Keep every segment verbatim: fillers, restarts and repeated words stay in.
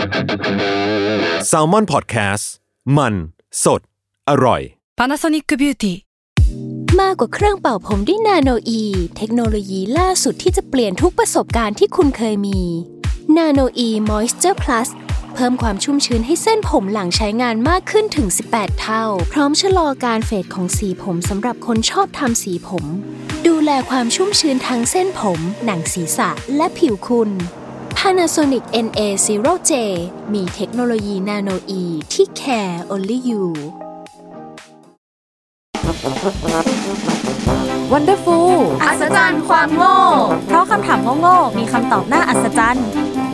Salmon Podcast มันสดอร่อย Panasonic Beauty มากกว่าเครื่องเป่าผมด้วยนาโนอีเทคโนโลยีล่าสุดที่จะเปลี่ยนทุกประสบการณ์ที่คุณเคยมีนาโนอี Moisture Plus เพิ่มความชุ่มชื้นให้เส้นผมหลังใช้งานมากขึ้นถึงสิบแปดเท่าพร้อมชะลอการเฟดของสีผมสำหรับคนชอบทำสีผมดูแลความชุ่มชื้นทั้งเส้นผมหนังศีรษะและผิวคุณ Panasonic เอ็น เอ ศูนย์ เจ มีเทคโนโลยีนาโนอีที่ care only you Wonderful อัศจรรย์ความโง่เพราะคำถามโง่ๆมีคำตอบน่าอัศจรรย์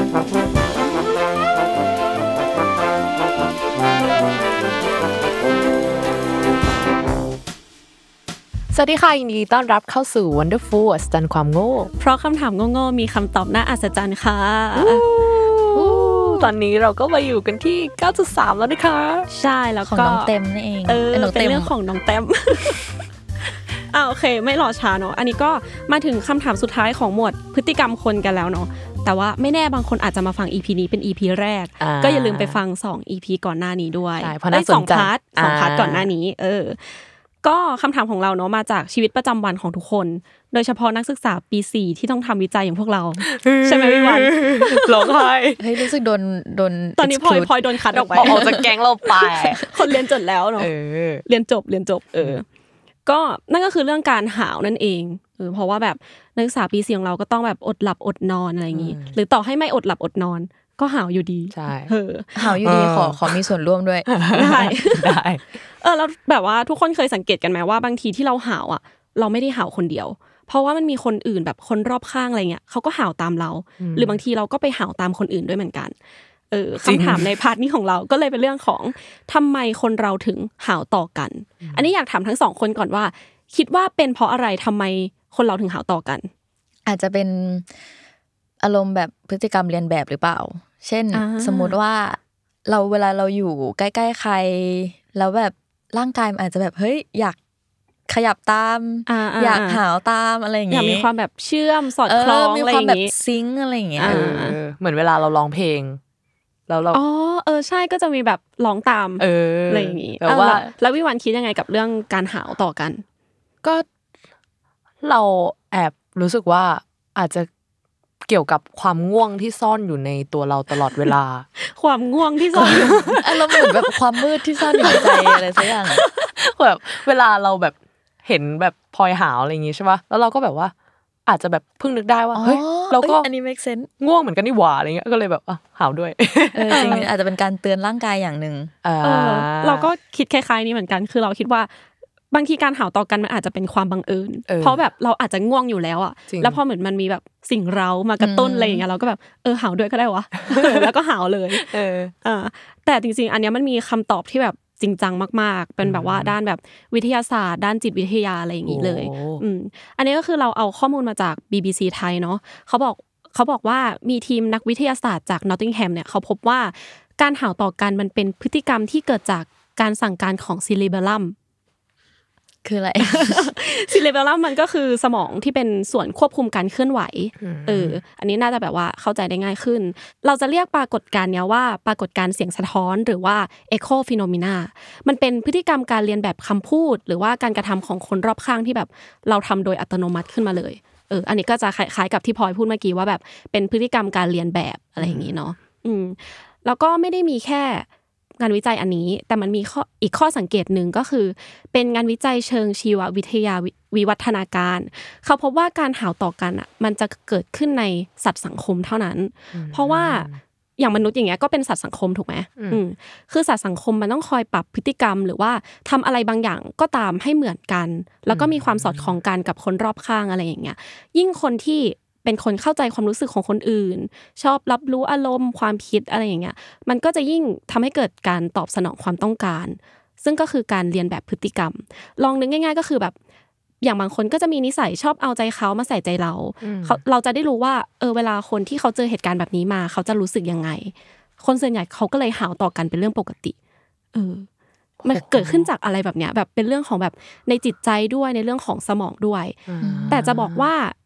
สวัสดีค่ะยินดีต้อนรับเข้าสู่ Wonderful อัศจรรย์ความโง่เพราะคำถามโง่ๆมีคำตอบน่าอัศจรรย์ค่ะตอนนี้เราก็มาอยู่กันที่ เก้าจุดสาม แล้วนะคะใช่แล้วก็ของน้องเต็มนั่นเองเออเป็นเรื่องของน้องเต็มอ่าโอเคไม่รอช้าเนาะอันนี้ก็มาถึงคำถามสุดท้ายของหมวดพฤติกรรมคนกันแล้วเนาะแต่ว่าไม่แน่บางคนอาจจะมาฟัง อี พี นี้เป็น อี พี แรกก็อย่าลืมไปฟังสอง อี พี ก่อนหน้านี้ด้วยได้สองพาร์ทสองพาร์ทก่อนหน้านี้เออก็คำถามของเราเนาะมาจากชีวิตประจำวันของทุกคนโดยเฉพาะนักศึกษาปีสี่ที่ต้องทำวิจัยอย่างพวกเราใช่ไหมพี่วันร้องไห้เฮ้ยรู้สึกโดนโดนตอนนี้พลอยพลอยโดนคัดออกไปออกจากแก๊งเราไปคนเรียนจบแล้วเนาะเรียนจบเรียนจบเออก็นั่นก็คือเรื่องการหาวนั่นเองเออเพราะว่าแบบนักศึกษาปีสี่ของเราก็ต้องแบบอดหลับอดนอนอะไรอย่างงี้หรือต่อให้ไม่อดหลับอดนอนก็หาวอยู่ดีใช่เออหาวอยู่ดีขอขอมีส่วนร่วมด้วยได้ได้เออแล้วแบบว่าทุกคนเคยสังเกตกันไหมว่าบางทีที่เราหาวอ่ะเราไม่ได้หาวคนเดียวเพราะว่ามันมีคนอื่นแบบคนรอบข้างอะไรเงี้ยเขาก็หาวตามเราหรือบางทีเราก็ไปหาวตามคนอื่นด้วยเหมือนกันเออคำถามในพาร์ทนี้ของเราก็เลยเป็นเรื่องของทำไมคนเราถึงหาวต่อกันอันนี้อยากถามทั้งสองคนก่อนว่าคิดว่าเป็นเพราะอะไรทำไมคนเราถึงหาวต่อกันอาจจะเป็นอารมณ์แบบพฤติกรรมเรียนแบบหรือเปล่าเช่นสมมุติว่าเราเวลาเราอยู่ใกล้ๆใครแล้วแบบร่างกายมันอาจจะแบบเฮ้ยอยากขยับตามอยากหาวตามอะไรอย่างเงี้ยอยากมีความแบบเชื่อมสอดคล้องอะไรอย่างงี้มีความแบบซิงค์อะไรอย่างเงี้ยเหมือนเวลาเราร้องเพลงแล้วเราอ๋อเออใช่ก็จะมีแบบร้องตามเอออะไรอย่างงี้แต่ว่าแล้ววิวันคิดยังไงกับเรื่องการหาวต่อกันก็เราแอบรู้สึกว่าอาจจะเกี่ยวกับความง่วงที่ซ่อนอยู่ในตัวเราตลอดเวลาความง่วงที่ซ่อนอยู่เราเหมือนแบบความมืดที่ซ่อนอยู่ในใจอะไรสักอย่างแบบเวลาเราแบบเห็นแบบพลอยหาวอะไรอย่างงี้ใช่ป่ะแล้วเราก็แบบว่าอาจจะแบบเพิ่งนึกได้ว่าเฮ้ยเราก็อันนี้ make sense ง่วงเหมือนกันนี่หว่าอะไรเงี้ยก็เลยแบบอ่ะหาวด้วยเออจริงอาจจะเป็นการเตือนร่างกายอย่างนึงเออเราก็คิดคล้ายๆนี้เหมือนกันคือเราคิดว่าบางทีการหาวต่อกันมันอาจจะเป็นความบังเอิญเพราะแบบเราอาจจะง่วงอยู่แล้วอ่ะแล้วพอเหมือนมันมีแบบสิ่งเร้ามากระตุ้นอะไรอย่างเงี้ยเราก็แบบเออหาวด้วยก็ได้วะแล้วก็หาวเลยเอออ่าแต่จริงๆอันเนี้ยมันมีคำตอบที่แบบจริงจังมากๆเป็นแบบว่าด้านแบบวิทยาศาสตร์ด้านจิตวิทยาอะไรอย่างงี้เลยอืมอันนี้ก็คือเราเอาข้อมูลมาจาก บี บี ซี ไทยเนาะเขาบอกเขาบอกว่ามีทีมนักวิทยาศาสตร์จาก Nottingham เนี่ยเขาพบว่าการหาวต่อกันมันเป็นพฤติกรรมที่เกิดจากการสั่งการของ cerebellum คืออะไร cerebellum มันก็คือสมองที่เป็นส่วนควบคุมการเคลื่อนไหวเอออันนี้น่าจะแบบว่าเข้าใจได้ง่ายขึ้นเราจะเรียกปรากฏการณ์เนี้ยว่าปรากฏการณ์เสียงสะท้อนหรือว่า echo phenomena มันเป็นพฤติกรรมการเรียนแบบคำพูดหรือว่าการกระทำของคนรอบข้างที่แบบเราทำโดยอัตโนมัติขึ้นมาเลยเอออันนี้ก็จะคล้ายๆกับที่พลอยพูดเมื่อกี้ว่าแบบเป็นพฤติกรรมการเรียนแบบอะไรอย่างงี้เนาะอืมแล้วก็ไม่ได้มีแค่งานวิจัยอันนี้แต่มันมีข้ออีกข้อสังเกตหนึ่งก็คือเป็นงานวิจัยเชิงชีววิทยาวิวัฒนาการเขาพบว่าการหาวต่อกันอ่ะมันจะเกิดขึ้นในสัตว์สังคมเท่านั้นเพราะว่าอย่างมนุษย์อย่างเงี้ยก็เป็นสัตว์สังคมถูกไหมอืมคือสัตว์สังคมมันต้องคอยปรับพฤติกรรมหรือว่าทำอะไรบางอย่างก็ตามให้เหมือนกันแล้วก็มีความสอดคล้องกันกับคนรอบข้างอะไรอย่างเงี้ยยิ่งคนที่เป็นคนเข้าใจความรู้สึกของคนอื่นชอบรับรู้อารมณ์ความคิดอะไรอย่างเงี้ยมันก็จะยิ่งทำให้เกิดการตอบสนองความต้องการซึ่งก็คือการเรียนแบบพฤติกรรมลองนึกง่ายๆก็คือแบบอย่างบางคนก็จะมีนิสัยชอบเอาใจเขามาใส่ใจเราเขาเราจะได้รู้ว่าเออเวลาคนที่เขาเจอเหตุการณ์แบบนี้มาเขาจะรู้สึกยังไงคนส่วนใหญ่เขาก็เลยหาวต่อกันเป็นเรื่องปกติเออมันเกิดขึ้นจากอะไรแบบเนี้ยแบบเป็นเรื่องของแบบในจิตใจด้วยในเรื่องของสมองด้วยแต่จะบอกว่า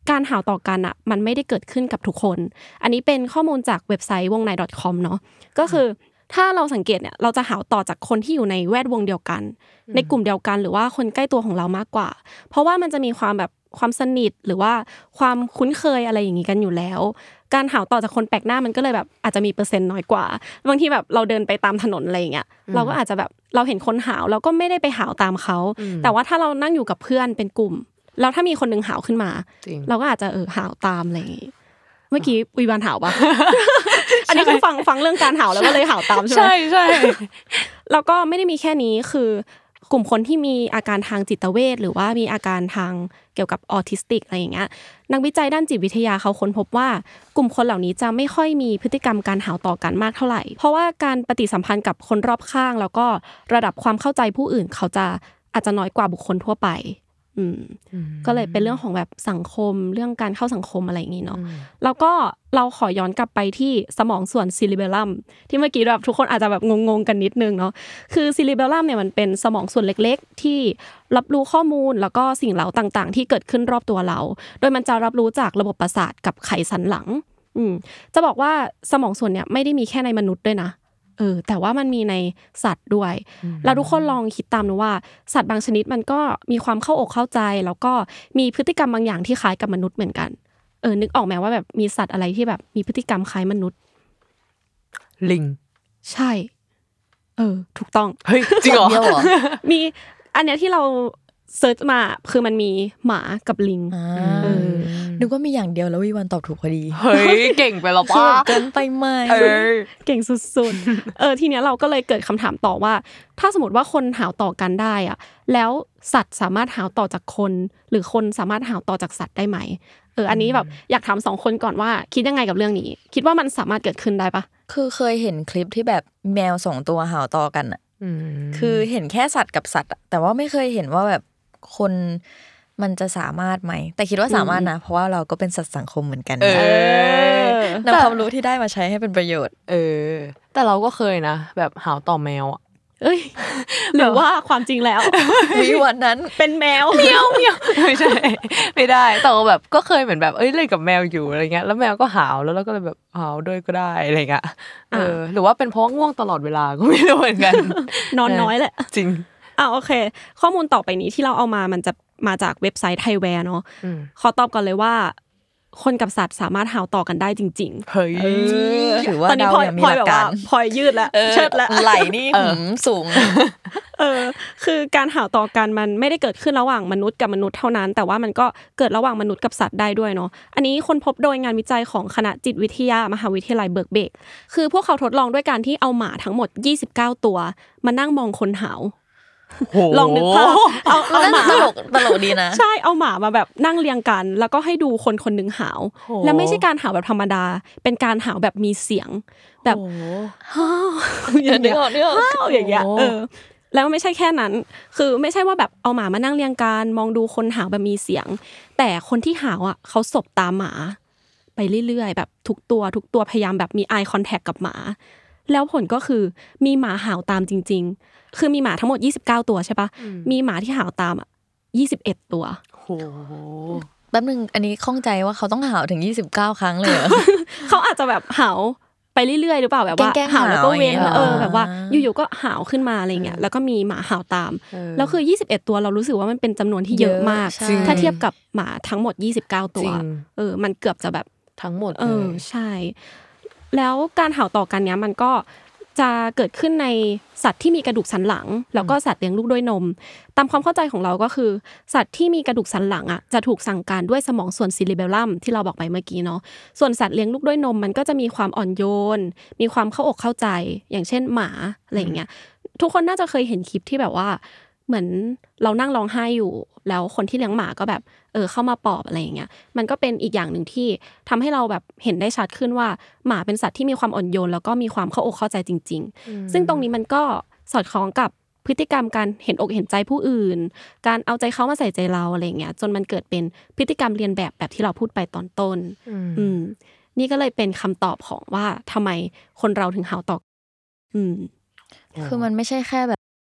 การหาวต่อกันอ่ะมันไม่ได้เกิดขึ้นกับทุกคนอันนี้เป็นข้อมูลจากเว็บไซต์วงใน .com เนาะก็คือถ้าเราสังเกตเนี่ยเราจะหาวต่อจากคนที่อยู่ในแวดวงเดียวกันในกลุ่มเดียวกันหรือว่าคนใกล้ตัวของเรามากกว่าเพราะว่ามันจะมีความแบบความสนิทหรือว่าความคุ้นเคยอะไรอย่างนี้กันอยู่แล้วการหาวต่อจากคนแปลกหน้ามันก็เลยแบบอาจจะมีเปอร์เซ็นต์น้อยกว่าบางทีแบบเราเดินไปตามถนนอะไรอย่างเงี้ยเราก็อาจจะแบบเราเห็นคนหาวเราก็ไม่ได้ไปหาวตามเขาแต่ว่าถ้าเรานั่งอยู่กับเพื่อนเป็นกลุ่มแล้วถ้ามีคนนึงหาวขึ้นมาเราก็อาจจะเออหาวตามอะไรอย่างงี้เมื่อกี้วีวันหาวปะ อันนี้คือฟังฟังเรื่องการหาวแล้วก็เลยหาวตามใช่ไหมใช่ใช่แล้วก็ไม่ได้มีแค่นี้คือกลุ่มคนที่มีอาการทางจิตเวชหรือว่ามีอาการทางเกี่ยวกับออทิสติกอะไรอย่างเงี้ยนักวิจัยด้านจิตวิทยาเขาค้นพบว่ากลุ่มคนเหล่านี้จะไม่ค่อยมีพฤติกรรมการหาวต่อกันมากเท่าไหร่เพราะว่าการปฏิสัมพันธ์กับคนรอบข้างแล้วก็ระดับความเข้าใจผู้อื่นเขาจะอาจจะน้อยกว่าบุคคลทั่วไปอืมก็เลยเป็นเรื่องของแบบสังคมเรื่องการเข้าสังคมอะไรอย่างงี้เนาะแล้วก็เราขอย้อนกลับไปที่สมองส่วนซิลิเบลัมที่เมื่อกี้แบบทุกคนอาจจะแบบงงๆกันนิดนึงเนาะคือซิลิเบลัมเนี่ยมันเป็นสมองส่วนเล็กๆที่รับรู้ข้อมูลแล้วก็สิ่งเร้าต่างๆที่เกิดขึ้นรอบตัวเราโดยมันจะรับรู้จากระบบประสาทกับไขสันหลังอืมจะบอกว่าสมองส่วนเนี่ยไม่ได้มีแค่ในมนุษย์ด้วยนะเออแต่ว่ามันมีในสัตว์ด้วยแล้วทุกคนลองคิดตามดูว่าสัตว์บางชนิดมันก็มีความเข้าอกเข้าใจแล้วก็มีพฤติกรรมบางอย่างที่คล้ายกับมนุษย์เหมือนกันเออนึกออกไหมว่าแบบมีสัตว์อะไรที่แบบมีพฤติกรรมคล้ายมนุษย์ลิงใช่เออถูกต้องเฮ้ยจริงเหรอมีอันเนี้ยที่เราเซิร์ชมาคือมันมีหมากับลิงเออนึกว่ามีอย่างเดียวแล้ววิวันตอบถูกพอดีเฮ้ยเก่งไปแล้วป่ะเกินไปไหมเออเก่งสุดๆเออทีเนี้ยเราก็เลยเกิดคำถามต่อว่าถ้าสมมติว่าคนหาวต่อกันได้อ่ะแล้วสัตว์สามารถหาวต่อจากคนหรือคนสามารถหาวต่อจากสัตว์ได้ไหมเอออันนี้แบบอยากถามสองคนก่อนว่าคิดยังไงกับเรื่องนี้คิดว่ามันสามารถเกิดขึ้นได้ปะคือเคยเห็นคลิปที่แบบแมวสองตัวหาวต่อกันอ่ะคือเห็นแค่สัตว์กับสัตว์แต่ว่าไม่เคยเห็นว่าแบบคนมันจะสามารถไหมแต่คิดว่าสามารถนะเพราะว่าเราก็เป็นสัตว์สังคมเหมือนกันนำความรู้ที่ได้มาใช้ให้เป็นประโยชน์เออแต่เราก็เคยนะแบบหาวต่อแมวอ่ะเอ้ยหรือว่าความจริงแล้วมีวันนั้นเป็นแมวเมียวเมียวไม่ใช่ไม่ได้แต่แบบก็เคยเหมือนแบบเอ้ยเล่นกับแมวอยู่อะไรเงี้ยแล้วแมวก็หาวแล้วเราก็เลยแบบหาวด้วยก็ได้อะไรเงี้ยเออหรือว่าเป็นเพราะง่วงตลอดเวลาก็ไม่รู้เหมือนกันนอนน้อยแหละจริงอ่ะโอเคข้อมูลต่อไปนี้ที่เราเอามามันจะมาจากเว็บไซต์ไทยแวร์เนาะขอตอบก่อนเลยว่าคนกับสัตว์สามารถหาวต่อกันได้จริงๆเฮ้ยถือว่าเราเนี่ยมีหลักการพลอยยืดแล้วเชิดแล้วไหลนี่สูงเออคือการหาวต่อกันมันไม่ได้เกิดขึ้นระหว่างมนุษย์กับมนุษย์เท่านั้นแต่ว่ามันก็เกิดระหว่างมนุษย์กับสัตว์ได้ด้วยเนาะอันนี้คนพบโดยงานวิจัยของคณะจิตวิทยามหาวิทยาลัยเบิร์กเบกคือพวกเขาทดลองด้วยการที่เอาหมาทั้งหมดยี่สิบเก้าตัวมานั่งมองคนหาวลองนึกภาพเอาเอาหมาตลกตลกดีนะใช่เอาหมามาแบบนั่งเรียงกันแล้วก็ให้ดูคนคนนึงหาวแล้วไม่ใช่การหาวแบบธรรมดาเป็นการหาวแบบมีเสียงแบบฮ่าอย่างเงี้ยอย่างเงี้ยเออแล้วไม่ใช่แค่นั้นคือไม่ใช่ว่าแบบเอาหมามานั่งเรียงกันมองดูคนหาวแบบมีเสียงแต่คนที่หาวอ่ะเขาสบตาหมาไปเรื่อยๆแบบทุกตัวทุกตัวพยายามแบบมี eye contact กับหมาแล้วผลก็คือมีหมาหาวตามจริงๆคือมีหมาทั้งหมดยี่สิบเก้าตัวใช่ปะมีหมาที่หาวตามอ่ะยี่สิบเอ็ดตัวโหแป๊บนึงอันนี้ข้องใจว่าเขาต้องหาวถึงยี่สิบเก้าครั้งเลยเหรอเขาอาจจะแบบหาวไปเรื่อยๆหรือเปล่าแบบว่าหาวแล้วก็เว้นเออแบบว่าอยู่ๆก็หาวขึ้นมาอะไรเงี้ยแล้วก็มีหมาหาวตามแล้วคือยี่สิบเอ็ดตัวเรารู้สึกว่ามันเป็นจำนวนที่เยอะมากถ้าเทียบกับหมาทั้งหมดยี่สิบเก้าตัวเออมันเกือบจะแบบทั้งหมดเออใช่แล้วการหาวต่อกันเนี้ยมันก็จะเกิดขึ้นในสัตว์ที่มีกระดูกสันหลังแล้วก็สัตว์เลี้ยงลูกด้วยนมตามความเข้าใจของเราก็คือสัตว์ที่มีกระดูกสันหลังอ่ะจะถูกสั่งการด้วยสมองส่วนซิลิเบลัมที่เราบอกไปเมื่อกี้เนาะส่วนสัตว์เลี้ยงลูกด้วยนมมันก็จะมีความอ่อนโยนมีความเข้าอกเข้าใจอย่างเช่นหมาอะไรอย่างเงี้ยทุกคนน่าจะเคยเห็นคลิปที่แบบว่าเหมือนเรานั่งร้องไห้อยู่แล้วคนที่เลี้ยงหมาก็แบบเออเข้ามาปลอบอะไรอย่างเงี้ยมันก็เป็นอีกอย่างนึงที่ทำให้เราแบบเห็นได้ชัดขึ้นว่าหมาเป็นสัตว์ที่มีความอ่อนโยนแล้วก็มีความเข้าอกเข้าใจจริงๆซึ่งตรงนี้มันก็สอดคล้องกับพฤติกรรมการเห็นอกเห็นใจผู้อื่นการเอาใจเขามาใส่ใจเราอะไรอย่างเงี้ยจนมันเกิดเป็นพฤติกรรมเรียนแบบแบบที่เราพูดไปตอนต้นอืมนี่ก็เลยเป็นคำตอบของว่าทำไมคนเราถึงหาวต่ออืมคือมันไม่ใช่แค่แบบ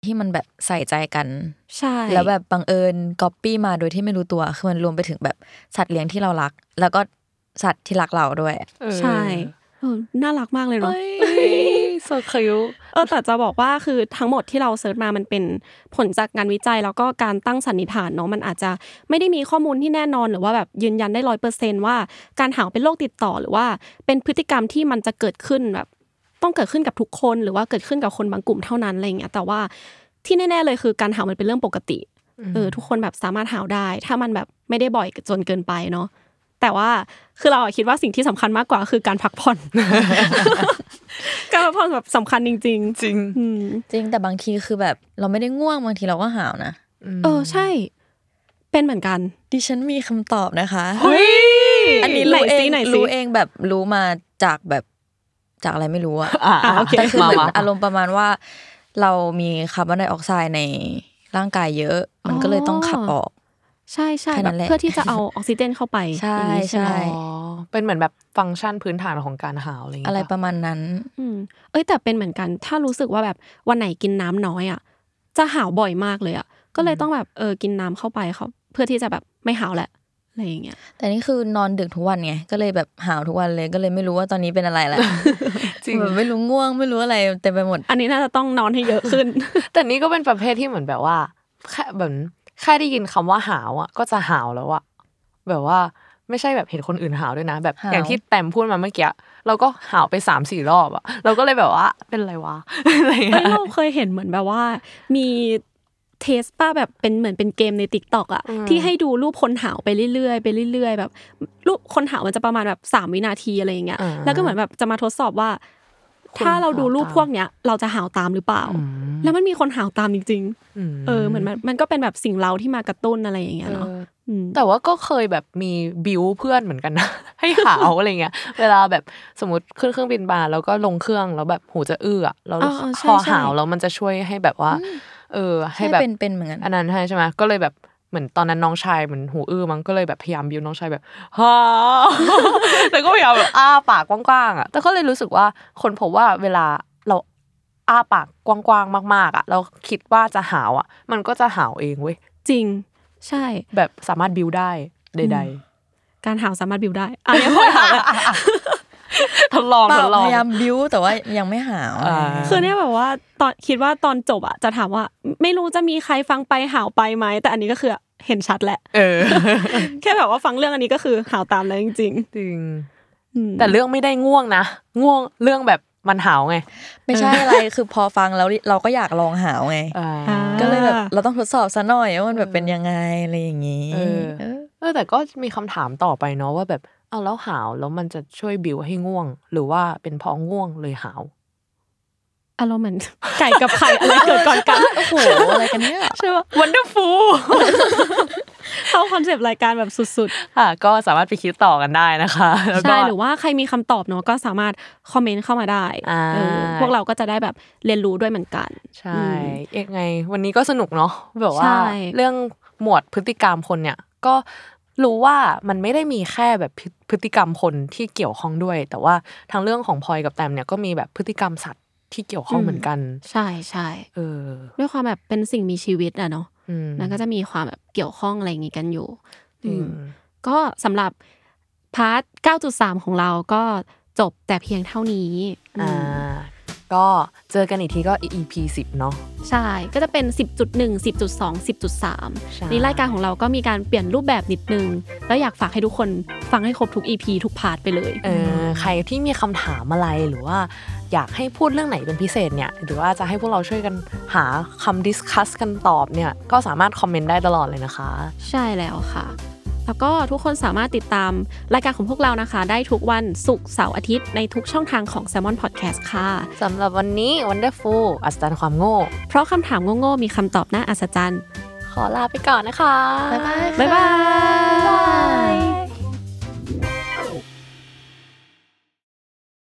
ที่มันแบบใส่ใจกันใช่แล้วแบบบังเอิญก๊อปปี้มาโดยที่ไม่รู้ตัวคือมันรวมไปถึงแบบสัตว์เลี้ยงที่เรารักแล้วก็สัตว์ที่รักเราด้วยใช่เออน่ารักมากเลยเนาะโซคิวเออแต่จะบอกว่าคือทั้งหมดที่เราเสิร์ชมามันเป็นผลจากงานวิจัยแล้วก็การตั้งสันนิษฐานเนาะมันอาจจะไม่ได้มีข้อมูลที่แน่นอนหรือว่าแบบยืนยันได้ ร้อยเปอร์เซ็นต์ ว่าการเห่าเป็นโรคติดต่อหรือว่าเป็นพฤติกรรมที่มันจะเกิดขึ้นแบบต้องเกิดขึ้นกับทุกคนหรือว่าเกิดขึ้นกับคนบางกลุ่มเท่านั้นอะไรอย่างเงี้ยแต่ว่าที่แน่ๆเลยคือการเห่ามันเป็นเรื่องปกติเออทุกคนแบบสามารถเห่าได้ถ้ามันแบบไม่ได้บ่อยจนเกินไปเนาะแต่ว่าคือเราคิดว่าสิ่งที่สำคัญมากกว่าคือการพักผ่อน การพักผ่อนแบบสำคัญจริงๆจริงจริงแต่บางทีคือแบบเราไม่ได้ง่วงบางทีเราก็หาวนะเออใช่เป็นเหมือนกันดิฉันมีคำตอบนะคะเฮ้ยอันนี้รู้เองรู้เองแบบรู้มาจากแบบจากอะไรไม่รู้อะแต่คือเหมือนอารมณ์ประมาณว่าเรามีคาร์บอนไดออกไซด์ในร่างกายเยอะมันก็เลยต้องขับออกใช่ใช่แบบเพื่อที่จะเอาออกซิเจนเข้าไปใช่ใช่เป็นเหมือนแบบฟังก์ชันพื้นฐานของการหาวอะไรอย่างเงี้ยอะไรประมาณนั้นอืมเอ้ยแต่เป็นเหมือนกันถ้ารู้สึกว่าแบบวันไหนกินน้ำน้อยอ่ะจะหาวบ่อยมากเลยอ่ะก็เลยต้องแบบเออกินน้ำเข้าไปเขาเพื่อที่จะแบบไม่หาวแหละอะไรอย่างเงี้ยแต่นี่คือนอนดึกทุกวันไงก็เลยแบบหาวทุกวันเลยก็เลยไม่รู้ว่าตอนนี้เป็นอะไรแหละจริงแบบไม่รู้ง่วงไม่รู้อะไรเต็มไปหมดอันนี้น่าจะต้องนอนให้เยอะขึ้นแต่นี่ก็เป็นประเภทที่เหมือนแบบว่าแค่แบบแค่ได้ยินคำว่าหาวอ่ะก็จะหาวแล้วอ่ะแบบว่าไม่ใช่แบบเห็นคนอื่นหาวด้วยนะแบบอย่างที่แต้มพูดมาเมื่อกี้เราก็หาวไป สามสี่ รอบอ่ะเราก็เลยแบบว่าเป็นไรวะอะไรอย่างเงี้ยเราเคยเห็นเหมือนแบบว่ามีเทสป่ะแบบเป็นเหมือนเป็นเกมใน TikTok อ่ะที่ให้ดูรูปคนหาวไปเรื่อยๆไปเรื่อยๆแบบรูปคนหาวมันจะประมาณแบบสามวินาทีอะไรอย่างเงี้ยแล้วก็เหมือนแบบจะมาทดสอบว่าถ้าเราดูรูปพวกเนี้ยเราจะหาวตามหรือเปล่าแล้วมันมีคนหาวตามจริงๆเออเหมือนมันมันก็เป็นแบบสิ่งเร้าที่มากระตุ้นอะไรอย่างเงี้ยเนาะแต่ว่าก็เคยแบบมีบิวเพื่อนเหมือนกันนะให้หาวอะไรเงี้ยเวลาแบบสมมติขึ้นเครื่องบินมาแล้วก็ลงเครื่องแล้วแบบหูจะอื้ออ่ะแล้วพอหาวแล้วมันจะช่วยให้แบบว่าเออให้แบบเป็นๆเหมือนกันอันนั้นใช่ไหมก็เลยแบบเหมือนตอนนั้นน้องชายเหมือนหูอื้อมั้งก็เลยแบบพยายามบิวน้องชายแบบฮ่าแต่ก็พยายามแบบอ้าปากกว้างๆอ่ะแต่ก็เลยรู้สึกว่าคนพบว่าเวลาเราอ้าปากกว้างๆมากๆอ่ะเราคิดว่าจะหาวอ่ะมันก็จะหาวเองเว้ยจริงใช่แบบสามารถบิวได้ใดๆการหาวสามารถบิวได้อันนี้ค่อยหาวแหละทดลองทดลองพยายามบิวแต่ว่ายังไม่หาวคือเนี่ยแบบว่าตอนคิดว่าตอนจบอ่ะจะถามว่าไม่รู้จะมีใครฟังไปหาวไปไหมแต่อันนี้ก็คือเห็นชัดแหละเออแค่แบบว่าฟังเรื่องอันนี้ก็คือหาวตามแล้วจริงจริงแต่เรื่องไม่ได้ง่วงนะง่วงเรื่องแบบมันหาวไงไม่ใช่อะไรคือพอฟังแล้วเราก็อยากลองหาวไงก็เลยแบบเราต้องทดสอบซะหน่อยว่ามันแบบเป็นยังไงอะไรอย่างงี้เออเออแต่ก็มีคำถามต่อไปเนาะว่าแบบเอาแล้วหาวแล้วมันจะช่วยบิวให้ง่วงหรือว่าเป็นเพราะง่วงเลยหาวอารมณ์เหมือนไก่กับไข่อะไรเกิดก่อนกันโอ้โหอะไรกันเนี่ยใช่ป่ะ Wonderful เข้าคอนเซปต์รายการแบบสุดๆค่ะก็สามารถไปคิดต่อกันได้นะคะใช่หรือว่าใครมีคำตอบเนาะก็สามารถคอมเมนต์เข้ามาได้พวกเราก็จะได้แบบเรียนรู้ด้วยเหมือนกันใช่ยังไงวันนี้ก็สนุกเนาะแบบว่าเรื่องหมวดพฤติกรรมคนเนี่ยก็รู้ว่ามันไม่ได้มีแค่แบบพฤติกรรมคนที่เกี่ยวข้องด้วยแต่ว่าทางเรื่องของพลอยกับแตมเนี่ยก็มีแบบพฤติกรรมสัตว์ที่เกี่ยวข้องเหมือนกันใช่ใช่เออด้วยความแบบเป็นสิ่งมีชีวิตอะเนาะมันก็จะมีความแบบเกี่ยวข้องอะไรอย่างงี้กันอยู่ก็สำหรับพาร์ท เก้าจุดสาม ของเราก็จบแต่เพียงเท่านี้อ่าก็เจอกันอีกทีก็ อี พี สิบเนาะใช่ก็จะเป็น สิบจุดหนึ่ง สิบจุดสอง สิบจุดสาม นี่รายการของเราก็มีการเปลี่ยนรูปแบบนิดนึงแล้วอยากฝากให้ทุกคนฟังให้ครบทุก อี พี ทุกพาร์ทไปเลยเออใครที่มีคำถามอะไรหรือว่าอยากให้พูดเรื่องไหนเป็นพิเศษเนี่ยหรือว่าจะให้พวกเราช่วยกันหาคำดิสคัสกันตอบเนี่ยก็สามารถคอมเมนต์ได้ตลอดเลยนะคะใช่แล้วค่ะแล้วก็ทุกคนสามารถติดตามรายการของพวกเรานะคะได้ทุกวันศุกร์เสาร์อาทิตย์ในทุกช่องทางของ Salmon Podcast ค่ะสำหรับวันนี้ Wonderful อัศจรรย์ความโง่เพราะคำถามโง่ๆมีคำตอบน่าอัศจรรย์ขอลาไปก่อนนะคะบ๊ายบายบ๊ายบาย